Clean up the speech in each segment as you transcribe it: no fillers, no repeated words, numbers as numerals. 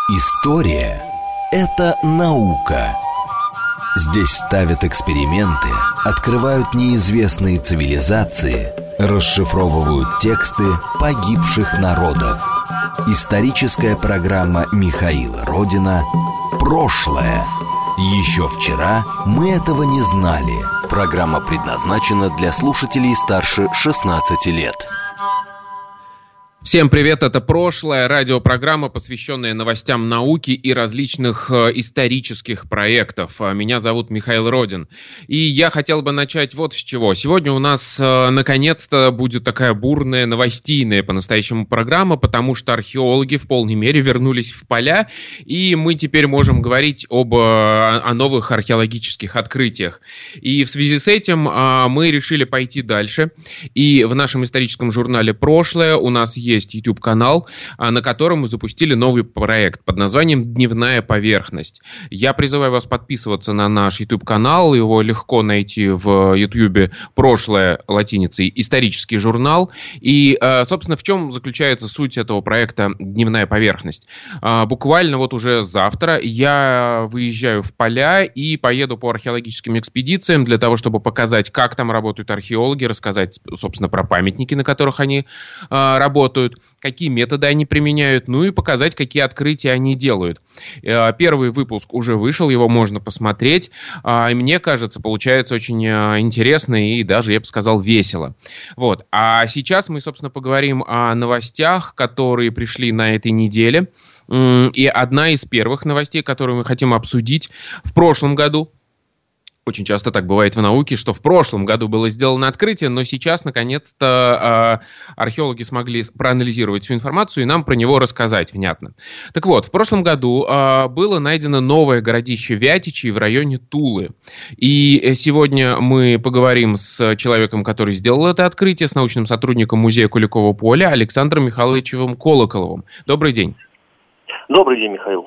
История – это наука. Здесь ставят эксперименты, открывают неизвестные цивилизации, расшифровывают тексты погибших народов. Историческая программа Михаила Родина «Прошлое». Еще вчера мы этого не знали. Программа предназначена для слушателей старше 16 лет. Всем привет, это «Прошлое», радиопрограмма, посвященная новостям науки и различных исторических проектов. Меня зовут Михаил Родин. И я хотел бы начать вот с чего. Сегодня у нас наконец-то будет такая бурная, новостейная по-настоящему программа, потому что археологи в полной мере вернулись в поля, и мы теперь можем говорить о новых археологических открытиях. И в связи с этим мы решили пойти дальше. И в нашем историческом журнале «Прошлое» у нас есть YouTube-канал, на котором мы запустили новый проект под названием «Дневная поверхность». Я призываю вас подписываться на наш YouTube-канал, его легко найти в YouTube «Прошлое» латиницей «Исторический журнал». И, собственно, в чем заключается суть этого проекта «Дневная поверхность»? Буквально вот уже завтра я выезжаю в поля и поеду по археологическим экспедициям для того, чтобы показать, как там работают археологи, рассказать, собственно, про памятники, на которых они работают, какие методы они применяют, ну и показать, какие открытия они делают. Первый выпуск уже вышел, его можно посмотреть. И мне кажется, получается очень интересно и даже, я бы сказал, весело. Вот. А сейчас мы, собственно, поговорим о новостях, которые пришли на этой неделе. И одна из первых новостей, которую мы хотим обсудить, в прошлом году. Очень часто так бывает в науке, что в прошлом году было сделано открытие, но сейчас, наконец-то, археологи смогли проанализировать всю информацию и нам про него рассказать внятно. Так вот, в прошлом году было найдено новое городище Вятичи в районе Тулы. И сегодня мы поговорим с человеком, который сделал это открытие, с научным сотрудником музея Куликового поля Александром Михайловичем Колоколовым. Добрый день. Добрый день, Михаил.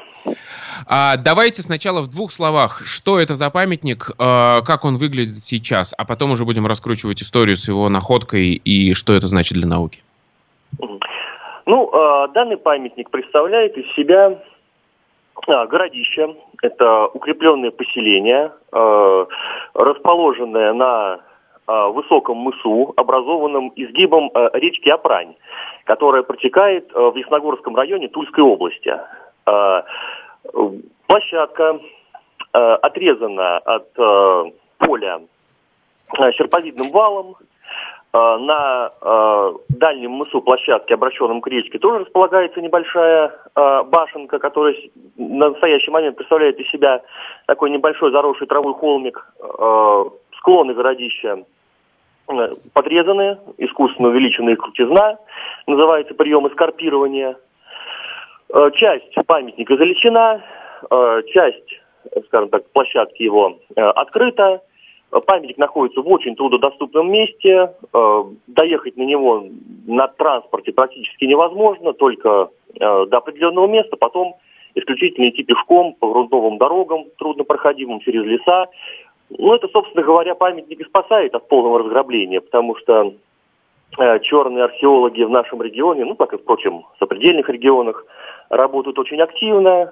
Давайте сначала в двух словах, что это за памятник, как он выглядит сейчас, а потом уже будем раскручивать историю с его находкой и что это значит для науки. Данный памятник представляет из себя городище. Это укрепленное поселение, расположенное на высоком мысу, образованном изгибом речки Апрань, которая протекает в Ясногорском районе Тульской области. Площадка отрезана от поля серповидным валом. На дальнем мысу площадки, обращенном к речке, тоже располагается небольшая башенка, которая на настоящий момент представляет из себя такой небольшой заросший травой холмик. Склоны городища подрезаны, искусственно увеличенная крутизна, называется прием эскарпирования. Часть памятника залечена, часть, скажем так, площадки его открыта. Памятник находится в очень труднодоступном месте. Доехать на него на транспорте практически невозможно, только до определенного места. Потом исключительно идти пешком по грунтовым дорогам, труднопроходимым, через леса. Это, собственно говоря, памятник и спасает от полного разграбления, потому что черные археологи в нашем регионе, как и, впрочем, в сопредельных регионах, работают очень активно,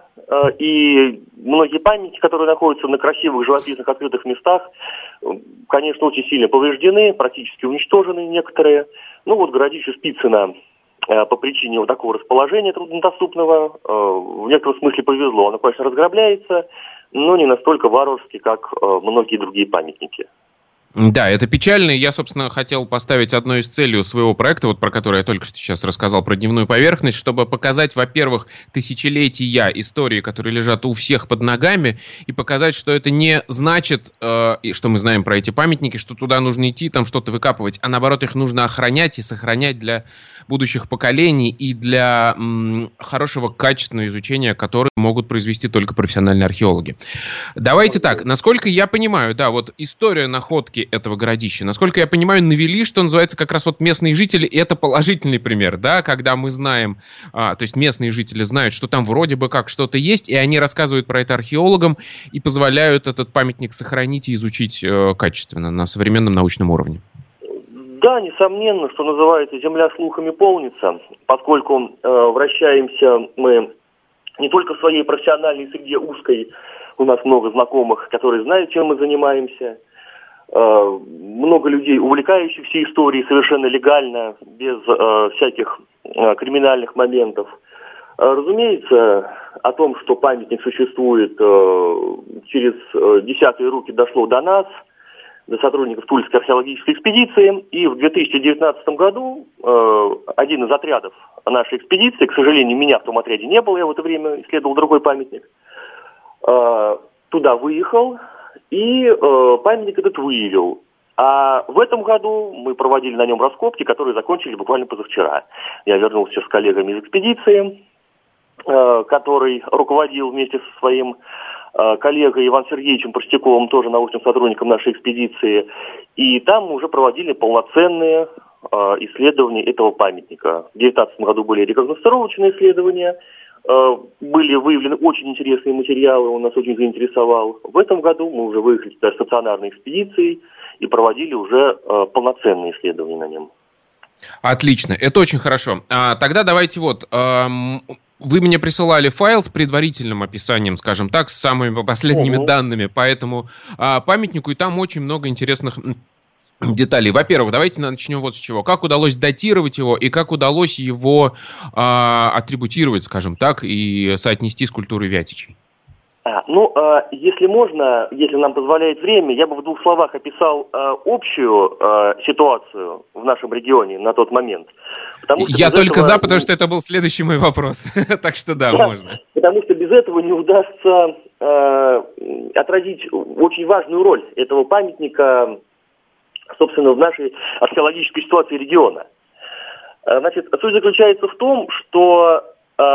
и многие памятники, которые находятся на красивых, живописных, открытых местах, конечно, очень сильно повреждены, практически уничтожены некоторые. Городище Спицыно по причине вот такого расположения труднодоступного в некотором смысле повезло. Оно, конечно, разграбляется, но не настолько варварски, как многие другие памятники. Да, это печально, и я, собственно, хотел поставить одной из целей своего проекта, про который я только что сейчас рассказал, про дневную поверхность, чтобы показать, во-первых, тысячелетия истории, которые лежат у всех под ногами, и показать, что это не значит, и что мы знаем про эти памятники, что туда нужно идти, там что-то выкапывать, а наоборот, их нужно охранять и сохранять для будущих поколений и для хорошего, качественного изучения, которое могут произвести только профессиональные археологи. Давайте так, насколько я понимаю, история находки этого городища, насколько я понимаю, навели, что называется, как раз местные жители, и это положительный пример, когда мы знаем, то есть местные жители знают, что там вроде бы как что-то есть, и они рассказывают про это археологам и позволяют этот памятник сохранить и изучить качественно на современном научном уровне. Да, несомненно, что называется, земля слухами полнится, поскольку вращаемся мы не только в своей профессиональной среде узкой, у нас много знакомых, которые знают, чем мы занимаемся, много людей, увлекающихся историей совершенно легально, без всяких криминальных моментов. Разумеется, о том, что памятник существует, через десятые руки дошло до нас, до сотрудников Тульской археологической экспедиции. И в 2019 году один из отрядов нашей экспедиции, к сожалению, меня в том отряде не было, я в это время исследовал другой памятник, туда выехал и памятник этот выявил. А в этом году мы проводили на нем раскопки, которые закончили буквально позавчера. Я вернулся с коллегами из экспедиции, который руководил вместе со своим коллегой Иваном Сергеевичем Простяковым, тоже научным сотрудником нашей экспедиции. И там мы уже проводили полноценные исследования этого памятника. В 2019 году были рекогностировочные исследования, были выявлены очень интересные материалы, он нас очень заинтересовал. В этом году мы уже выехали с стационарной экспедицией и проводили уже полноценные исследования на нем. Отлично, это очень хорошо. Тогда давайте вот... Вы мне присылали файл с предварительным описанием, скажем так, с самыми последними данными по этому памятнику, и там очень много интересных деталей. Во-первых, давайте начнем вот с чего. Как удалось датировать его и как удалось его атрибутировать, скажем так, и соотнести с культурой Вятичей? Если можно, если нам позволяет время, я бы в двух словах описал общую ситуацию в нашем регионе на тот момент. Я только за, потому что это был следующий мой вопрос. Так что да, можно. Потому что без этого не удастся отразить очень важную роль этого памятника, собственно, в нашей археологической ситуации региона. Значит, суть заключается в том, что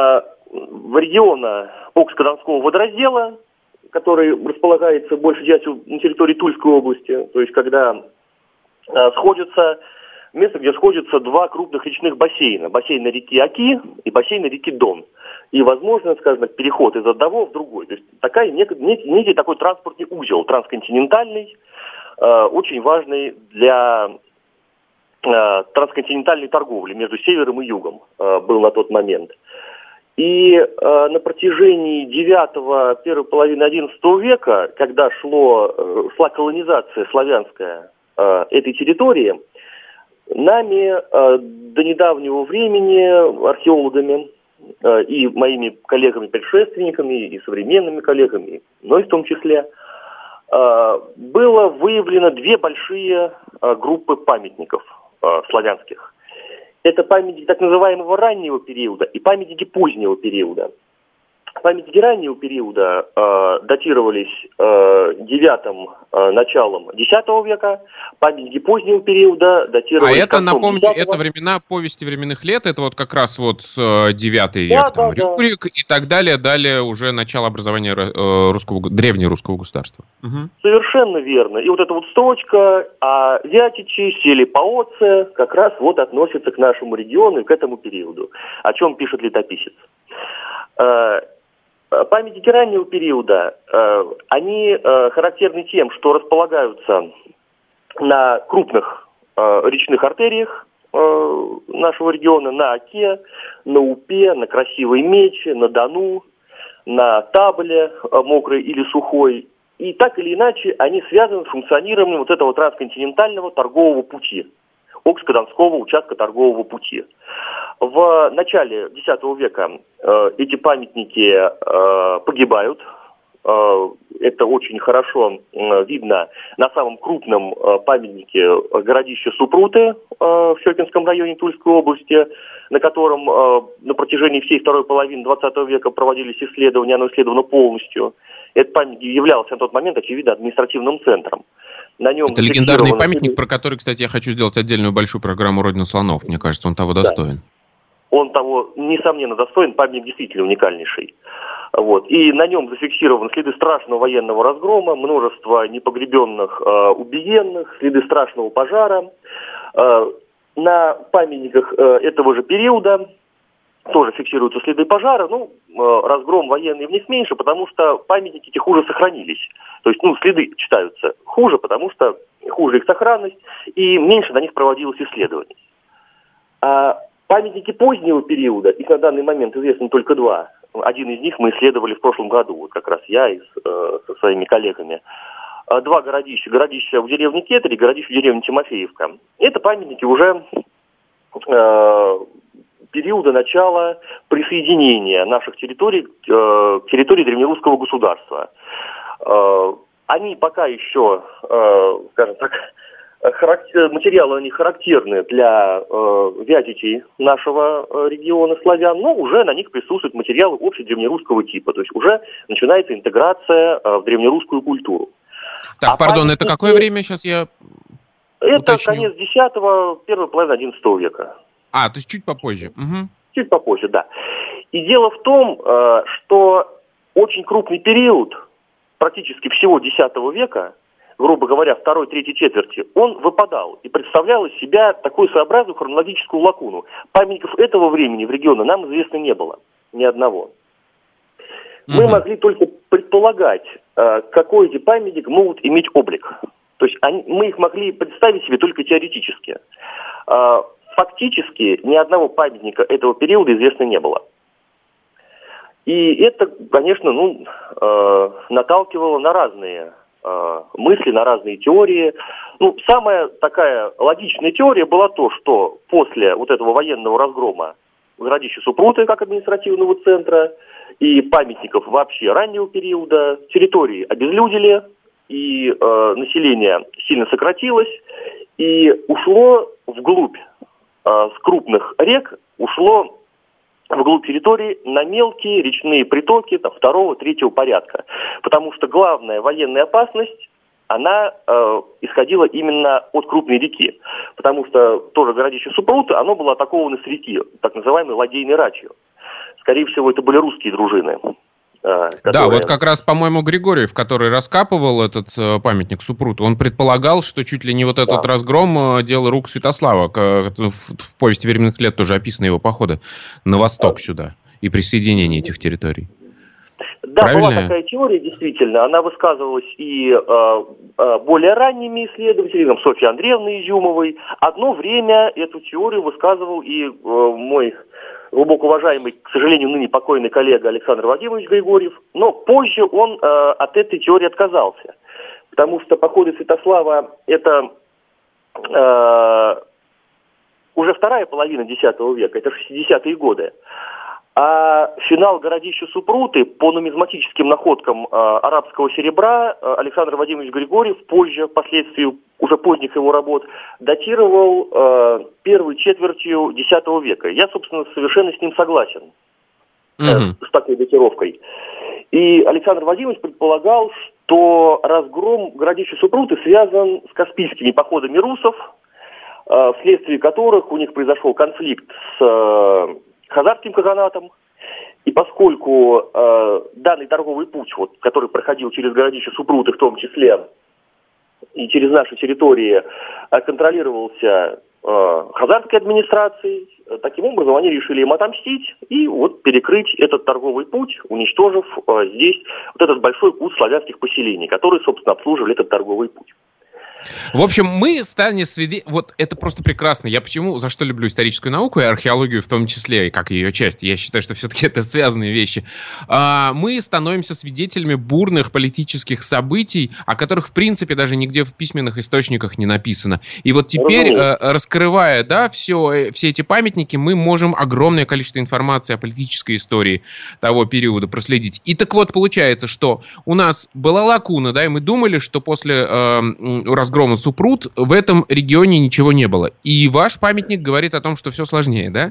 в региона Окско-Донского водораздела, который располагается большей частью на территории Тульской области, то есть когда сходятся, место, где сходятся два крупных речных бассейна, бассейн реки Оки и бассейн реки Дон. И возможно, скажем так, переход из одного в другой. То есть некий такой транспортный узел, трансконтинентальный, очень важный для трансконтинентальной торговли между севером и югом был на тот момент. И на протяжении 9-го, первой половины 11 века, когда шла колонизация славянская этой территории, нами до недавнего времени, археологами и моими коллегами-предшественниками, и современными коллегами, но и в том числе, было выявлено две большие группы памятников славянских. Это памятники так называемого раннего периода и памятники позднего периода. Памятники раннего периода датировались 9-м, началом X века, памятники позднего периода датировались это, напомню, это времена повести временных лет, это вот как раз вот 9 век, там, Рюрик и так далее, далее уже начало образования древнерусского государства. Угу. Совершенно верно. И вот эта вот строчка о Вятичи, селе Паоце как раз вот относится к нашему региону и к этому периоду, о чем пишет летописец. Памятники раннего периода, они характерны тем, что располагаются на крупных речных артериях нашего региона, на Оке, на Упе, на Красивой Мече, на Дону, на Табле, мокрой или сухой. И так или иначе они связаны с функционированием вот этого трансконтинентального торгового пути, Окско-Донского участка торгового пути. В начале X века эти памятники погибают. Это очень хорошо видно на самом крупном памятнике городища Супруты в Щекинском районе Тульской области, на котором на протяжении всей второй половины XX века проводились исследования, оно исследовано полностью. Этот памятник являлся на тот момент, очевидно, административным центром. На нем это легендарный памятник, про который, кстати, я хочу сделать отдельную большую программу «Родина слонов». Мне кажется, он того достоин. Да. Он того, несомненно, достоин, памятник действительно уникальнейший. Вот. И на нем зафиксированы следы страшного военного разгрома, множество непогребенных убиенных, следы страшного пожара. На памятниках этого же периода тоже фиксируются следы пожара, разгром военный в них меньше, потому что памятники эти хуже сохранились. То есть, следы читаются хуже, потому что хуже их сохранность, и меньше на них проводилось исследований. А памятники позднего периода, их на данный момент известно только два, один из них мы исследовали в прошлом году, вот как раз я со своими коллегами. Два городища. Городище в деревне Кетери, городище в деревне Тимофеевка. Это памятники уже периода начала присоединения наших территорий к территории древнерусского государства. Они пока еще, скажем так, материалы они характерны для вятичей нашего региона славян, но уже на них присутствуют материалы общедревнерусского типа, то есть уже начинается интеграция в древнерусскую культуру. Так, пардон, это какое время сейчас я Это уточню? конец X, первая половина XI века. То есть чуть попозже. Угу. Чуть попозже, да. И дело в том, что очень крупный период, практически всего X века, грубо говоря, второй-третьей четверти, он выпадал и представлял из себя такую своеобразную хронологическую лакуну. Памятников этого времени в регионе нам известно не было, ни одного. Мы могли только предполагать, какой эти памятники могут иметь облик. То есть мы их могли представить себе только теоретически. Фактически ни одного памятника этого периода известно не было. И это, конечно, наталкивало на разные мысли, на разные теории. Самая такая логичная теория была то, что после вот этого военного разгрома городища Супруты как административного центра и памятников вообще раннего периода территории обезлюдили, и население сильно сократилось, и ушло вглубь с крупных рек, ушло вглубь территории на мелкие речные притоки второго-третьего порядка. Потому что главная военная опасность, она исходила именно от крупной реки. Потому что тоже городище Супруты, оно было атаковано с реки, так называемой ладейной ратью. Скорее всего, это были русские дружины. Да, вот как раз, по-моему, Григорьев, который раскапывал этот памятник Супруту, он предполагал, что чуть ли не вот этот разгром дело рук Святослава. В повести временных лет тоже описаны его походы на восток сюда и присоединение этих территорий. Да, правильно? Была такая теория, действительно. Она высказывалась и более ранними исследователями, Софьей Андреевной Изюмовой. Одно время эту теорию высказывал и мой глубоко уважаемый, к сожалению, ныне покойный коллега Александр Владимирович Григорьев, но позже он от этой теории отказался, потому что походы Святослава – это уже вторая половина X века, это 60-е годы, а финал городища Супруты по нумизматическим находкам арабского серебра Александр Владимирович Григорьев позже, впоследствии уже поздних его работ, датировал первой четвертью X века. Я, собственно, совершенно с ним согласен, с такой датировкой. И Александр Владимирович предполагал, что разгром городища Супруты связан с каспийскими походами русов, вследствие которых у них произошел конфликт с хазарским каганатом. И поскольку данный торговый путь, который проходил через городище Супруты в том числе, и через наши территории контролировался хазарской администрацией, таким образом они решили им отомстить и перекрыть этот торговый путь, уничтожив здесь этот большой путь славянских поселений, которые, собственно, обслуживали этот торговый путь. В общем, мы станем свидетелями... Вот это просто прекрасно. Я за что люблю историческую науку и археологию в том числе, и как ее часть. Я считаю, что все-таки это связанные вещи. Мы становимся свидетелями бурных политических событий, о которых, в принципе, даже нигде в письменных источниках не написано. И вот теперь, раскрывая, все эти памятники, мы можем огромное количество информации о политической истории того периода проследить. И так вот, получается, что у нас была лакуна, и мы думали, что после разгрома Супрут в этом регионе ничего не было. И ваш памятник говорит о том, что все сложнее, да?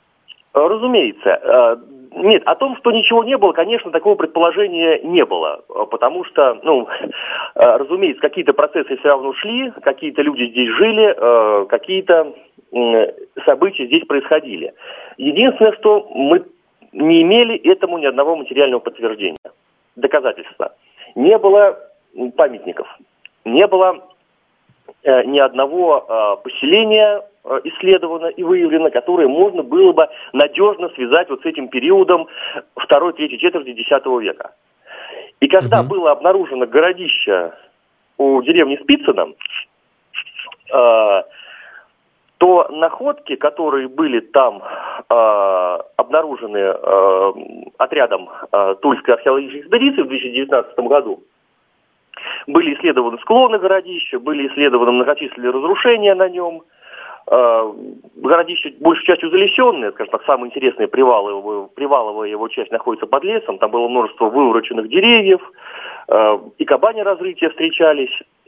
Разумеется. Нет, о том, что ничего не было, конечно, такого предположения не было. Потому что, разумеется, какие-то процессы все равно шли, какие-то люди здесь жили, какие-то события здесь происходили. Единственное, что мы не имели этому ни одного материального подтверждения, доказательства. Не было памятников, не было ни одного поселения исследовано и выявлено, которое можно было бы надежно связать с этим периодом второй-третьей четверти X века. И когда было обнаружено городище у деревни Спицыно, то то находки, которые были там обнаружены отрядом Тульской археологической экспедиции в 2019 году, были исследованы склоны городища, были исследованы многочисленные разрушения на нем. Городище большей частью залесенное, скажем так, самая интересная приваловая его часть находится под лесом, там было множество вывороченных деревьев, и кабани разрытия встречались,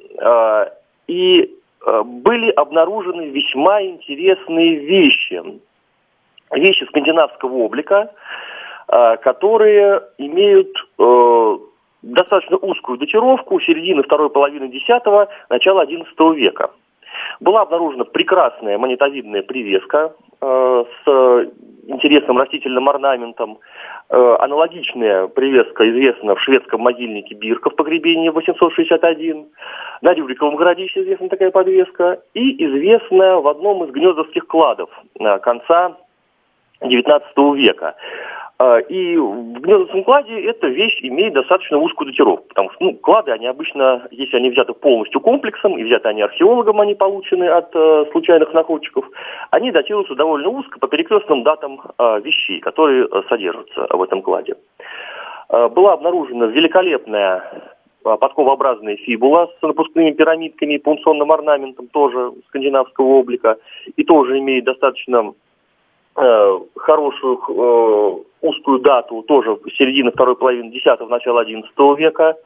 и были обнаружены весьма интересные вещи скандинавского облика, которые имеют достаточно узкую датировку середины второй половины X, начала XI века. Была обнаружена прекрасная монетовидная привеска с интересным растительным орнаментом. Аналогичная привеска известна в шведском могильнике Бирка в погребении 861. На Рюриковом городище известна такая подвеска. И известна в одном из гнездовских кладов конца XIX века. И в гнездовском кладе эта вещь имеет достаточно узкую датировку, потому что клады, они обычно, если они взяты полностью комплексом, и взяты они археологом, они получены от случайных находчиков, они датируются довольно узко по перекрестным датам вещей, которые содержатся в этом кладе. Была обнаружена великолепная подковообразная фибула с напускными пирамидками и пункционным орнаментом, тоже скандинавского облика, и тоже имеет достаточно хорошую узкую дату, тоже середины второй половины X, начала XI века.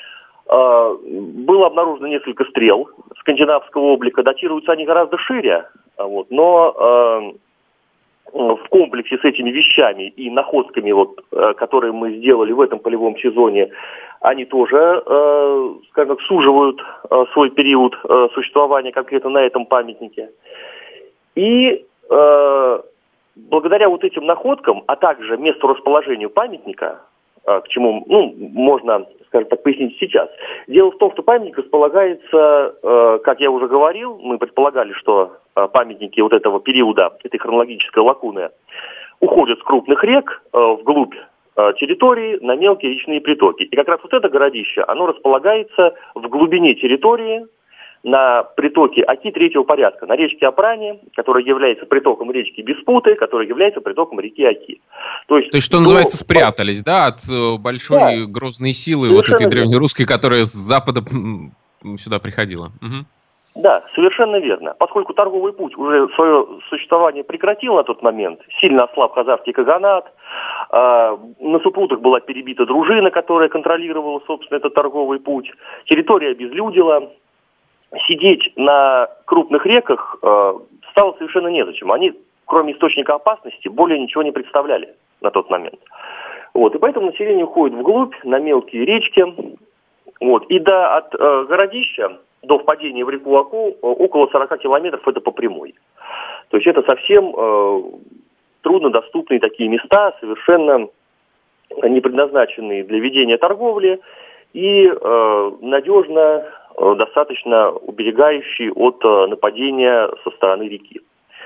Было обнаружено несколько стрел скандинавского облика, датируются они гораздо шире, но в комплексе с этими вещами и находками, которые мы сделали в этом полевом сезоне, они тоже, скажем так, суживают свой период существования конкретно на этом памятнике. И благодаря вот этим находкам, а также месту расположению памятника, к чему, можно, скажем так, пояснить сейчас. Дело в том, что памятник располагается, как я уже говорил, мы предполагали, что памятники вот этого периода, этой хронологической лакуны, уходят с крупных рек вглубь территории на мелкие речные притоки. И как раз вот это городище, оно располагается в глубине территории, на притоке Оки третьего порядка, на речке Опране, которая является притоком речки Беспуты, которая является притоком реки Оки. То есть, что называется, спрятались, да, от большой грозной силы вот этой древнерусской, которая с запада сюда приходила. Угу. Да, совершенно верно. Поскольку торговый путь уже свое существование прекратил на тот момент, сильно ослаб хазарский каганат, на Супрутах была перебита дружина, которая контролировала, собственно, этот торговый путь, территория обезлюдила. Сидеть на крупных реках стало совершенно незачем. Они, кроме источника опасности, более ничего не представляли на тот момент. И поэтому население уходит вглубь, на мелкие речки. И от городища до впадения в реку Оку около 40 километров это по прямой. То есть это совсем труднодоступные такие места, совершенно не предназначенные для ведения торговли и надежно достаточно уберегающий от нападения со стороны реки.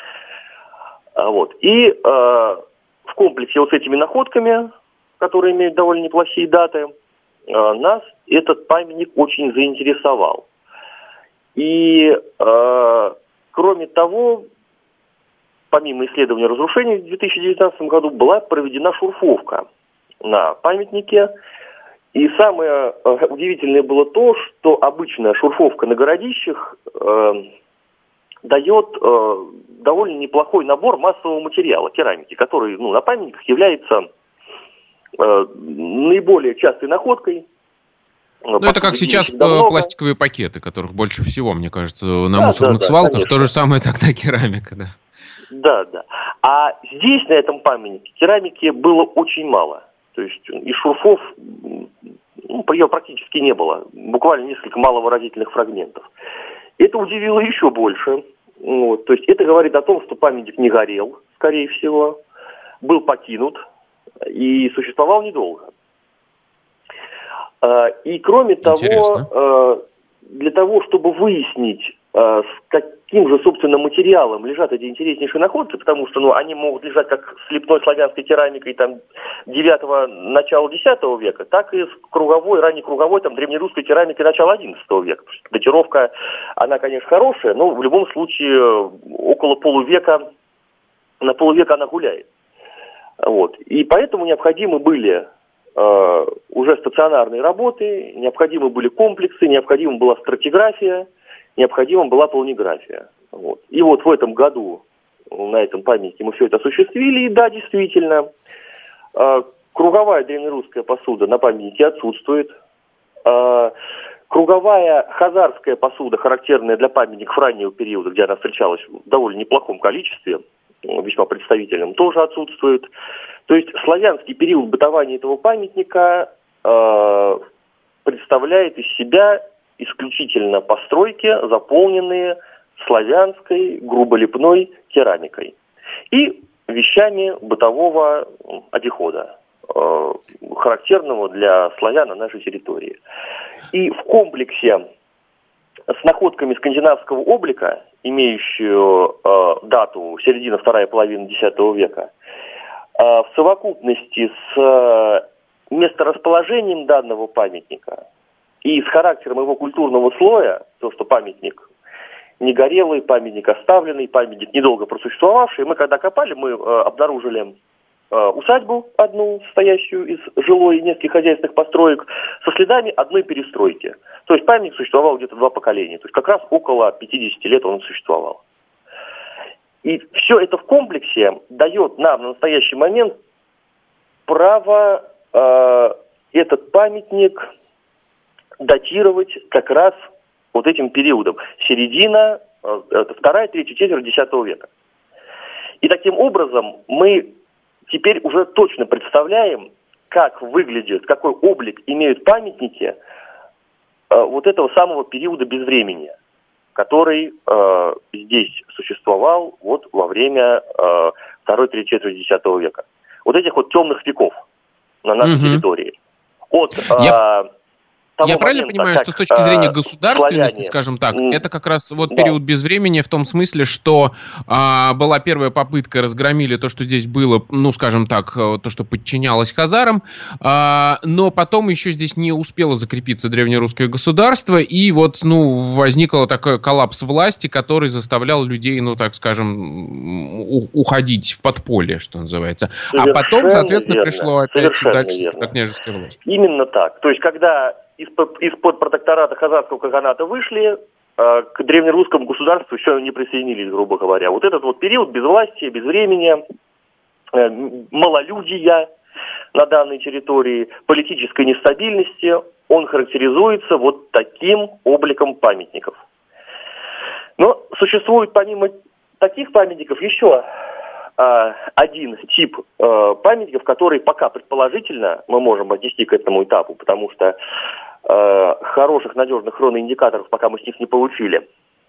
И в комплексе с этими находками, которые имеют довольно неплохие даты, нас этот памятник очень заинтересовал. И кроме того, помимо исследования разрушений в 2019 году, была проведена шурфовка на памятнике. И самое удивительное было то, что обычная шурфовка на городищах дает довольно неплохой набор массового материала, керамики, который на памятниках является наиболее частой находкой. Это как сейчас пластиковые пакеты, которых больше всего, мне кажется, на мусорных свалках. Конечно. То же самое тогда керамика, да. Да. А здесь, на этом памятнике, керамики было очень мало. То есть из шурфов ее практически не было. Буквально несколько маловыразительных фрагментов. Это удивило еще больше. То есть это говорит о том, что памятник не горел, скорее всего, был покинут и существовал недолго. И кроме того, для того, чтобы выяснить, с каким же, собственно, материалом лежат эти интереснейшие находки, потому что они могут лежать как слепной славянской керамикой, там 9-го, начала 10 века, так и с круговой, раннекруговой, там, древнерусской керамики начала 11 века. Датировка, она, конечно, хорошая, но в любом случае около полувека, на полвека она гуляет. Вот. И поэтому необходимы были уже стационарные работы, необходимы были комплексы, необходима была стратиграфия, необходима была полниграфия. Вот. И вот в этом году на этом памятнике мы все это осуществили, и да, действительно, круговая древнерусская посуда на памятнике отсутствует. Круговая хазарская посуда, характерная для памятников раннего периода, где она встречалась в довольно неплохом количестве, весьма представительном, тоже отсутствует. То есть славянский период бытования этого памятника представляет из себя исключительно постройки, заполненные славянской груболепной керамикой и вещами бытового обихода, характерного для славян на нашей территории. И в комплексе с находками скандинавского облика, имеющую дату середина вторая половина X века, в совокупности с месторасположением данного памятника и с характером его культурного слоя, то, что памятник негорелый, памятник оставленный, памятник недолго просуществовавший, мы когда копали, мы обнаружили усадьбу одну, состоящую из жилой и нескольких хозяйственных построек, со следами одной перестройки. То есть памятник существовал где-то 2 поколения. То есть как раз около 50 лет он существовал. И все это в комплексе дает нам на настоящий момент право этот памятник датировать как раз вот этим периодом. Середина, вторая, третья четверть X века. И таким образом мы теперь уже точно представляем, как выглядит, какой облик имеют памятники вот этого самого периода безвременья, который здесь существовал вот во время второй, третьей четверти X века. Вот этих вот темных веков на нашей территории. Я правильно понимаю, что с точки зрения государственности, скажем так, это как раз вот период безвремени в том смысле, что была первая попытка, разгромили то, что здесь было, ну, скажем так, то, что подчинялось хазарам, но потом еще здесь не успело закрепиться древнерусское государство, и вот, ну, возникл такой коллапс власти, который заставлял людей, ну, так скажем, уходить в подполье, что называется. А потом, соответственно, пришло опять дальше княжеская власть. Именно так. То есть, когда из-под протектората хазарского каганата вышли, к древнерусскому государству еще не присоединились, грубо говоря. Вот этот вот период безвластия, безвремения, малолюдия на данной территории, политической нестабильности, он характеризуется вот таким обликом памятников. Но существует помимо таких памятников еще один тип памятников, который пока предположительно мы можем отнести к этому этапу, потому что хороших, надежных хроноиндикаторов пока мы с них не получили.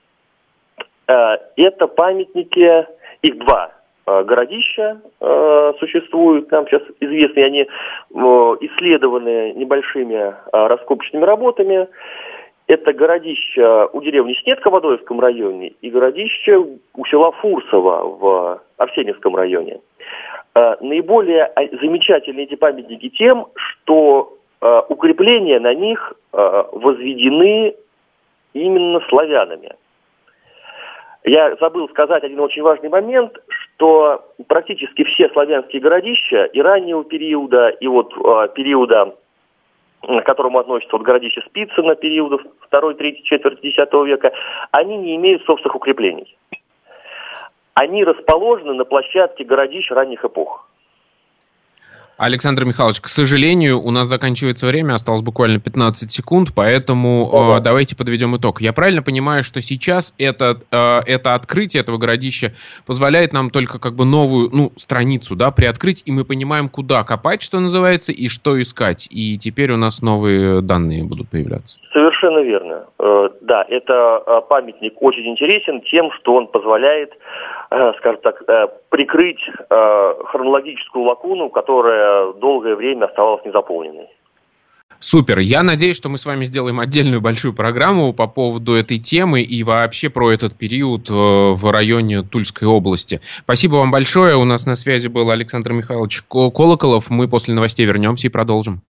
Это памятники, их 2 городища существуют, нам сейчас известны, они исследованы небольшими раскопочными работами. Это городище у деревни Снетка в Адоевском районе и городище у села Фурсово в Арсеньевском районе. Наиболее замечательны эти памятники тем, что укрепления на них возведены именно славянами. Я забыл сказать один очень важный момент, что практически все славянские городища и раннего периода, и вот периода, к которому относится вот городище Спицыно, периода 2, 3, четверти X века, они не имеют собственных укреплений. Они расположены на площадке городищ ранних эпох. Александр Михайлович, к сожалению, у нас заканчивается время, осталось буквально 15 секунд, поэтому давайте подведем итог. Я правильно понимаю, что сейчас это открытие этого городища позволяет нам только как бы новую, страницу, да, приоткрыть, и мы понимаем, куда копать, что называется, и что искать. И теперь у нас новые данные будут появляться. Совершенно верно. Да, это памятник очень интересен тем, что он позволяет, скажем так, прикрыть хронологическую лакуну, которая долгое время оставалась незаполненной. Супер. Я надеюсь, что мы с вами сделаем отдельную большую программу по поводу этой темы и вообще про этот период в районе Тульской области. Спасибо вам большое. У нас на связи был Александр Михайлович Колоколов. Мы после новостей вернемся и продолжим.